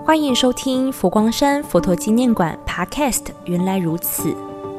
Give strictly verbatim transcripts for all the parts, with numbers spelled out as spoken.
欢迎收听佛光山佛陀纪念馆 Podcast 原来如此。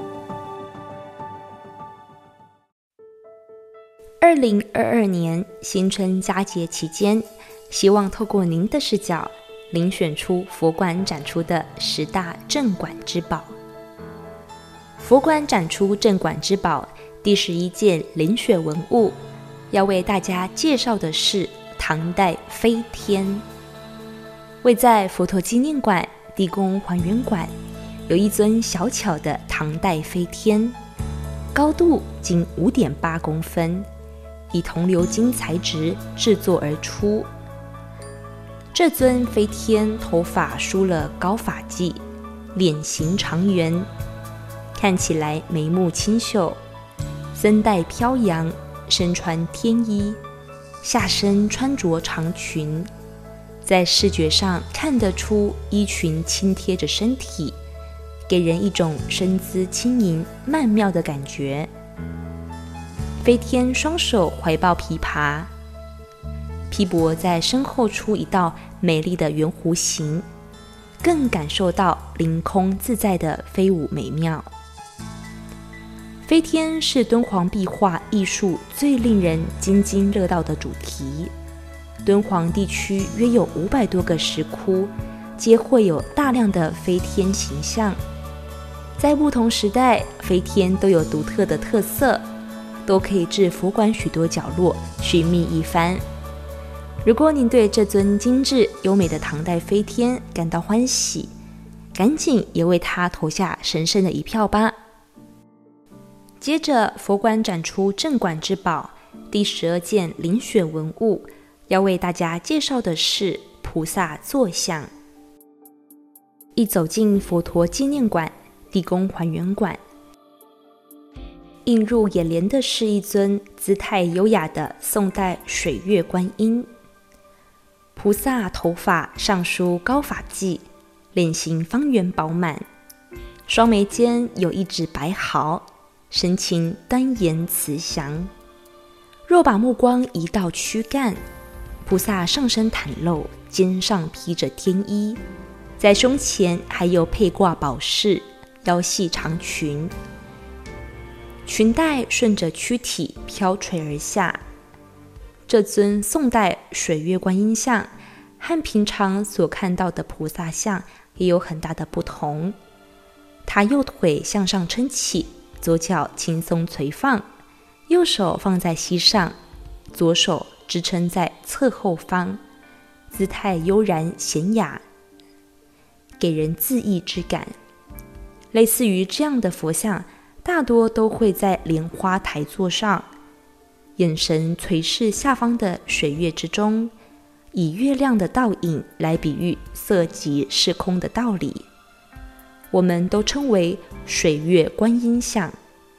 二零二二年新春佳节期间，希望透过您的视角，遴选出佛馆展出的十大镇馆之宝。佛馆展出镇馆之宝第十一件灵学文物，要为大家介绍的是唐代飞天。位在佛陀纪念馆地宫还原馆，有一尊小巧的唐代飞天，高度仅 五点八公分，以铜鎏金材质制作而出。这尊飞天头发梳了高发髻，脸型长圆，看起来眉目清秀，身带飘扬，身穿天衣，下身穿着长裙，在视觉上看得出衣裙轻贴着身体，给人一种身姿轻盈曼妙的感觉。飞天双手怀抱琵琶，琵琶在身后出一道美丽的圆弧形，更感受到凌空自在的飞舞美妙。飞天是敦煌壁画艺术最令人津津乐道的主题。敦煌地区约有五百多个石窟，皆会有大量的飞天形象。在不同时代，飞天都有独特的特色，都可以至佛馆许多角落寻觅一番。如果您对这尊精致优美的唐代飞天感到欢喜，赶紧也为它投下神圣的一票吧。接着，佛馆展出镇馆之宝第十二件灵学文物，要为大家介绍的是菩萨坐像。一走进佛陀纪念馆地宫还原馆，映入眼帘的是一尊姿态优雅的宋代水月观音。菩萨头发上梳高发髻，脸型方圆饱满，双眉间有一指白毫，神情端严慈祥。若把目光移到躯干，菩萨上身袒露，肩上披着天衣，在胸前还有佩挂宝饰，腰系长裙，裙带顺着躯体飘垂而下。这尊宋代水月观音像和平常所看到的菩萨像也有很大的不同。他右腿向上撑起，左脚轻松垂放，右手放在膝上，左手支撑在侧后方，姿态悠然娴雅，给人恣意之感。类似于这样的佛像，大多都会在莲花台座上，眼神垂视下方的水月之中，以月亮的倒影来比喻色即是空的道理，我们都称为水月观音像。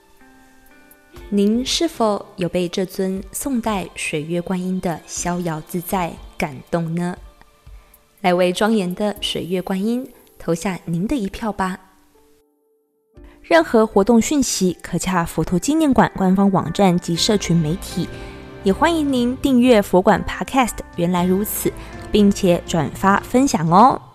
您是否有被这尊宋代水月观音的逍遥自在感动呢？来为庄严的水月观音投下您的一票吧。任何活动讯息可洽佛陀纪念馆官方网站及社群媒体，也欢迎您订阅佛馆 Podcast 原来如此，并且转发分享哦。